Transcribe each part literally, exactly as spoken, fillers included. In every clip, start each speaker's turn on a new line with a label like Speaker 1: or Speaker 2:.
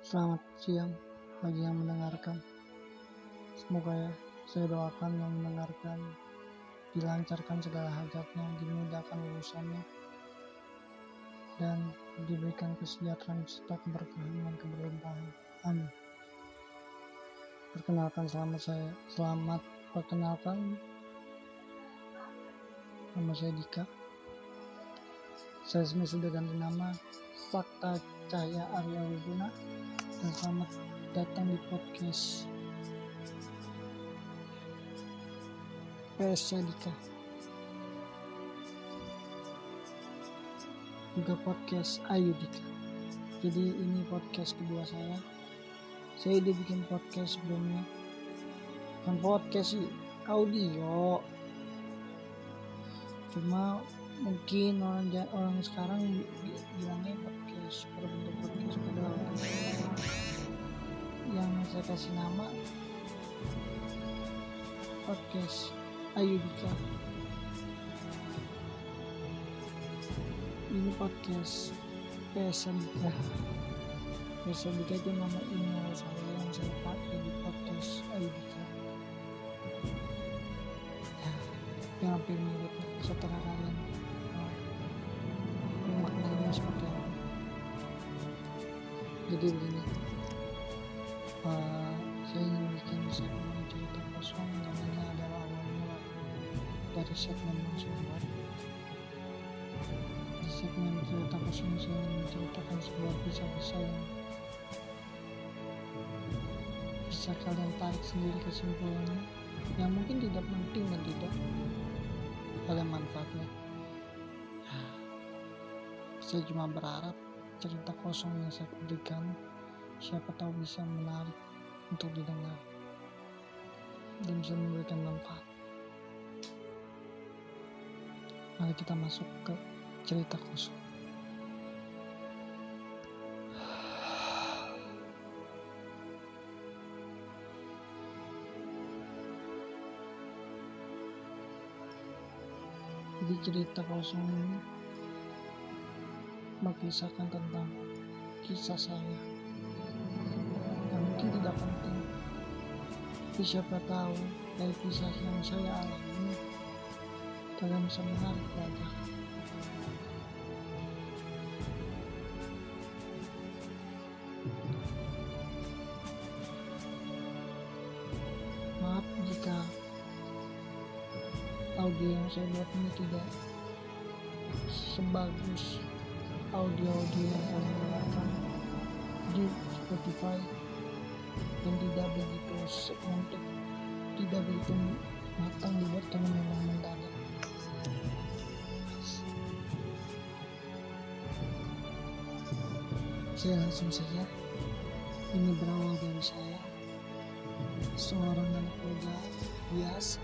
Speaker 1: Selamat siang bagi yang mendengarkan. Semoga ya, saya doakan yang mendengarkan dilancarkan segala hajatnya, dimudahkan urusannya, dan diberikan kesejahteraan serta keberkahan dan keberlimpahan. Amin. Perkenalkan selamat saya, selamat perkenalkan nama saya Dika. Saya sebenarnya sudah ganti nama Sakta Cahya Arya Wiguna, dan selamat datang di podcast P S C Dika, juga podcast Ayu Dika. Jadi ini podcast kedua saya. Saya udah bikin podcast sebelumnya, kan podcast sih audio, cuma mungkin orang orang sekarang bilangnya podcast berbentuk podcast pada audio. Yang saya kasih nama podcast Ayu Dika. Ini podcast P S Dika. P S Dika itu nama email saya yang saya pakai di podcast Ayu Dika. Ya, hampir mirip setelah kalian uh, maknanya seperti apa. Jadi begini, uh, saya ingin bikin segmen cerita kosong, namanya adalah awal mula dari segmen sumber. Di segmen cerita kosong saya ingin menceritakan sebuah kisah-kisah yang bisa kalian tarik sendiri kesimpulannya, yang mungkin tidak penting dan tidak ada manfaatnya. Saya cuma berharap cerita kosong yang saya berikan siapa tahu bisa menarik untuk didengar dan bisa memberikan manfaat. Mari kita masuk ke cerita kosong. Jadi cerita kosong ini mengisahkan tentang kisah saya yang mungkin tidak penting, tapi siapa tahu dari kisah yang saya alami kalian bisa menarik belajar. Maaf jika audio yang saya buat ini tidak sebagus audio-audio yang kalian dengarkan di Spotify, dan tidak begitu segmented, tidak begitu matang dibuat karena memang mendadak. Saya langsung saja. Ini berawal dari saya, seorang anak muda biasa,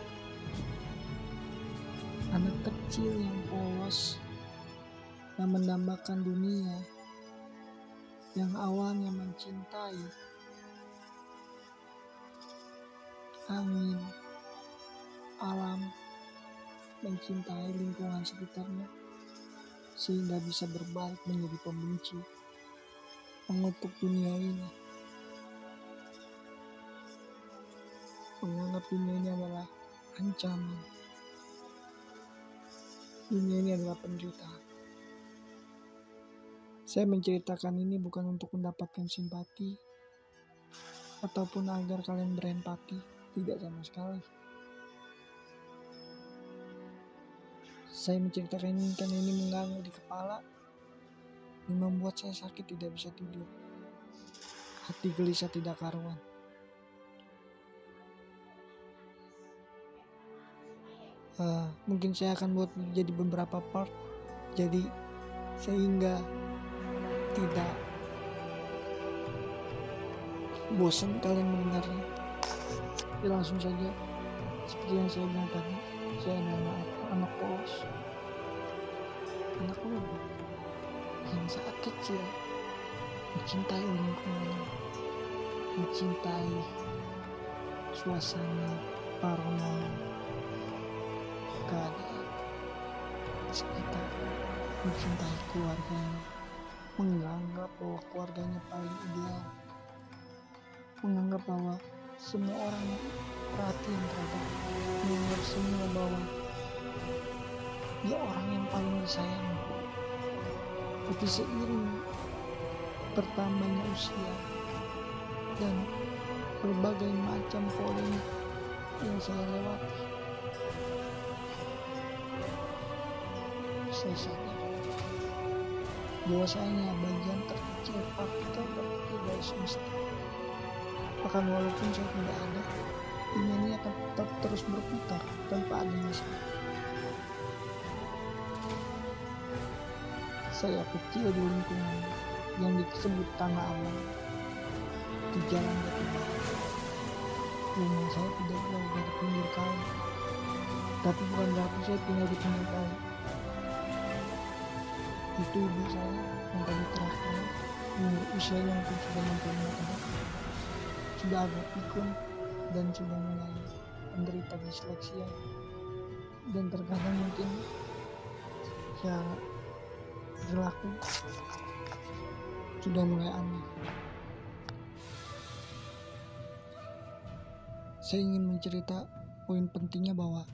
Speaker 1: anak kecil yang polos, yang mendambakan dunia, yang awalnya mencintai angin, alam, mencintai lingkungan sekitarnya, sehingga bisa berbalik menjadi pembenci, mengutuk dunia ini, menganggap dunia ini adalah ancaman, dunia ini adalah penderitaan. Saya menceritakan ini bukan untuk mendapatkan simpati ataupun agar kalian berempati, tidak sama sekali. Saya menceritakan ini karena ini mengganggu di kepala dan membuat saya sakit, tidak bisa tidur, hati gelisah tidak karuan. Uh, mungkin saya akan buat jadi beberapa part, jadi sehingga tidak bosan kalian mendengarnya. Jadi langsung saja, seperti yang saya bilang tadi, saya adalah anak, anak polos, anak muda yang saat kecil mencintai lingkungan, mencintai suasana paranormal, keadaan sekitar, mencintai keluarganya, menganggap bahwa keluarganya paling ideal, menganggap bahwa semua orang perhatian terhadap, menganggap semua bahwa dia orang yang paling disayang. Tapi seiring bertambahnya usia dan berbagai macam polemik yang saya lewati, saya sadar bahwasanya bagian terkecil partikel terkecil dari semesta. Bahkan walaupun saya tidak ada, dunia ini akan tetap terus berputar tanpa adanya saya. Saya kecil di lingkungan yang disebut Tanah Abang, di Jalan Jatibaru. Rumah saya tidak jauh dari pinggir kali, tapi bukan berarti saya tinggal di pinggir kali. Itu ibu saya yang tadi terakhir, umur usianya mungkin sudah enam puluh lima tahun, sudah agak pikun dan sudah mulai menderita disleksia, dan terkadang mungkin ya perilaku sudah mulai aneh. Saya ingin mencerita poin pentingnya bahwa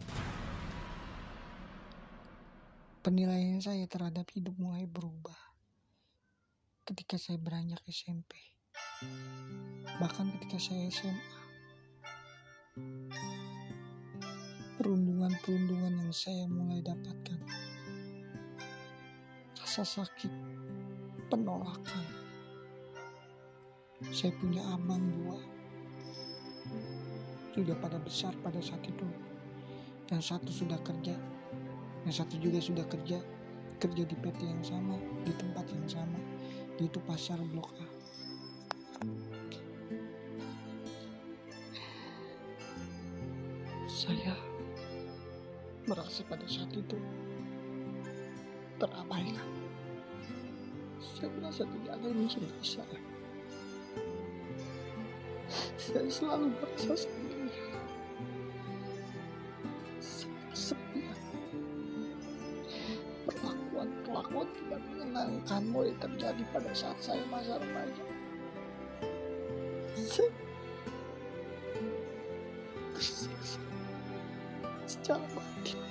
Speaker 1: penilaian saya terhadap hidup mulai berubah ketika saya beranjak S M P. Bahkan ketika saya S M A, perundungan-perundungan yang saya mulai dapatkan, rasa sakit, penolakan. Saya punya abang dua, sudah pada besar pada saat itu. Yang satu sudah kerja, yang satu juga sudah kerja, kerja di P T yang sama, di tempat yang sama, yaitu pasar Blok A. Saya merasa pada saat itu terabaikan. Saya merasa tidak ada yang mencintai saya. Saya selalu merasa sendiri, kesepian. Perlakuan-perlakuan tidak menyenangkan mulai terjadi pada saat saya masa remaja. Saya tersiksa secara batin.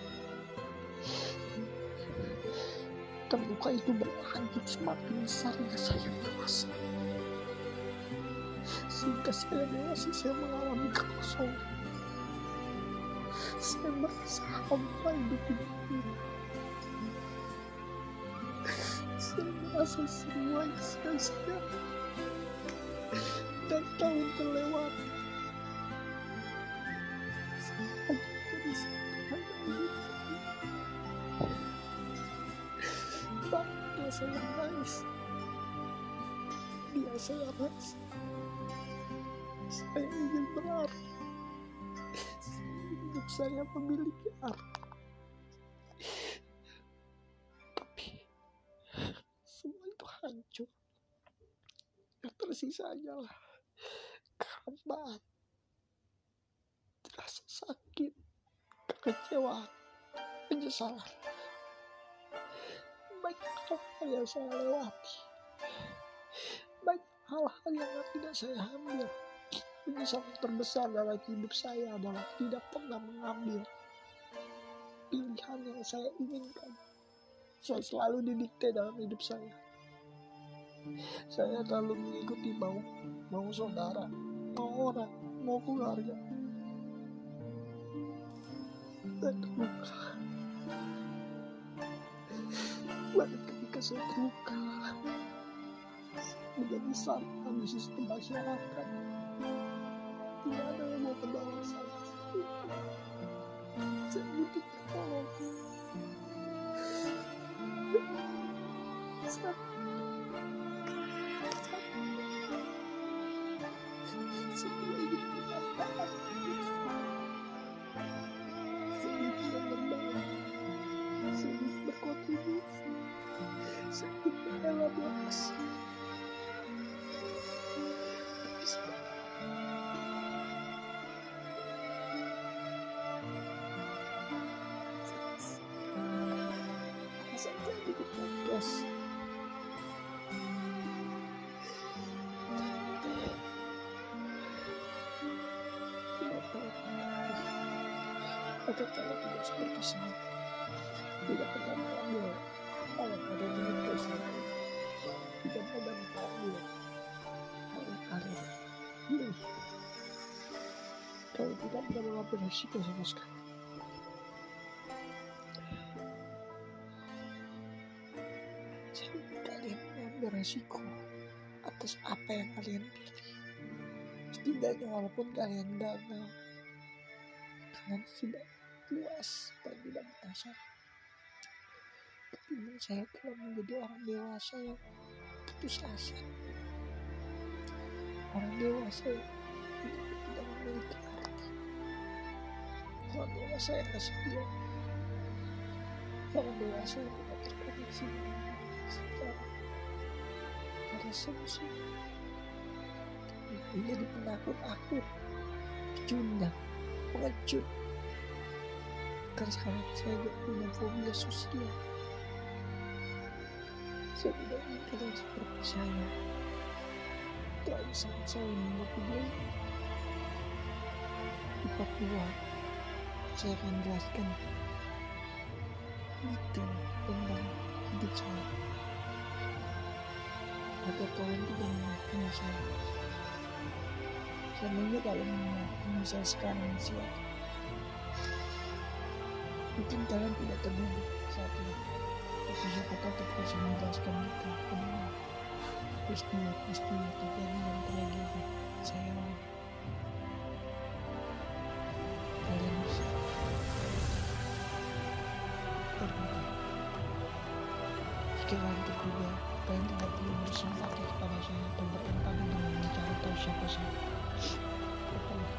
Speaker 1: Terluka itu berlanjut semakin besar hingga saya dewasa. Sehingga saya dewasa, saya mengalami kekosongan. Saya merasa hampa hidup ini. Saya merasa semuanya sia-sia dan tahun terlewati. Saya hanya jadi satu hidup. Dia saya nangis, dia saya rasa. Saya ingin berarti, hidup saya memiliki arti. Tapi semua itu hancur. Yang tersisa hanyalah kehambaan, rasa sakit, kekecewaan, penyesalan. Banyak hal yang saya lewati, banyak hal-hal yang tidak saya ambil. Penyesalan terbesar dalam hidup saya adalah tidak pernah mengambil pilihan yang saya inginkan. Saya selalu didikte dalam hidup saya. Saya selalu mengikuti mau mau saudara, mau orang, mau keluarga. Dan terluka. Bahkan ketika saya terluka, menjadi sampah di sistem masyarakat. Tidak ada yang mau menolong saya. Saya butuh tolong. Saya saya ingin bermanfaat. Saya ingin berbagi. Saya ingin berkontribusi. Saya ingin berelaborasi. Tapi sekarang saya hidup podcast. agar kalian tidak seperti saya, tidak pernah mengambil apa yang ada di hidup saya, tidak pernah mengambil hal yang ada di diri. Kalian tidak pernah mengambil risiko sama sekali. Jadi kalian mengambil risiko atas apa yang kalian pilih. Setidaknya walaupun kalian gagal, kalian tidak puas dan tidak merasa ketimbang saya telah menjadi orang dewasa yang putus asa, orang dewasa yang hidupnya tidak memiliki arti, orang dewasa yang kesepian, orang dewasa yang tidak terkoneksi dengan sejarah, karena solusi menjadi penakut akut, pecundang, pengecut. Karena sekarang saya tidak punya fobia sosial. Saya tidak ingin kalian seperti saya. Terlalu sangat saya membuat video ini. Di part dua, saya akan jelaskan detail tentang hidup saya, agar kalian tidak menghakimi saya. Seandainya kalian menghakimi saya sekarang siapa, mungkin kalian tidak terbunuh saat ini, tapi siapa tahu ketika saya menjelaskan detail tentang peristiwa-peristiwa terjadi dan tragedi saya alami, kalian bisa terbuka. Jika kalian terbuka, kalian tidak perlu bersimpati kepada saya atau berempati dengan mencari tahu siapa saya. Betul.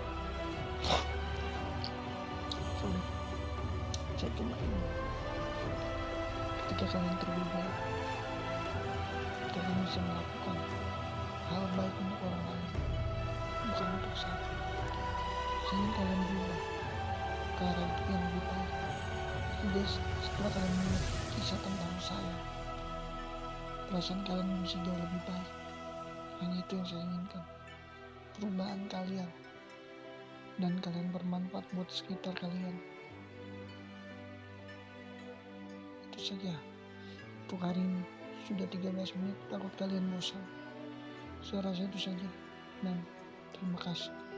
Speaker 1: Sorry, saya cuma ingin ketika kalian terbuka, kalian bisa melakukan hal baik untuk orang lain, bukan untuk saya. Saya ingin kalian berubah ke arah itu yang lebih baik. Jadi setelah kalian melihat kisah tentang saya, perasaan kalian bisa jauh lebih baik. Hanya itu yang saya inginkan, perubahan kalian, dan kalian bermanfaat buat sekitar kalian. Itu saja untuk hari ini. Sudah tiga belas menit, takut kalian bosan. Saya rasa itu saja, dan terima kasih.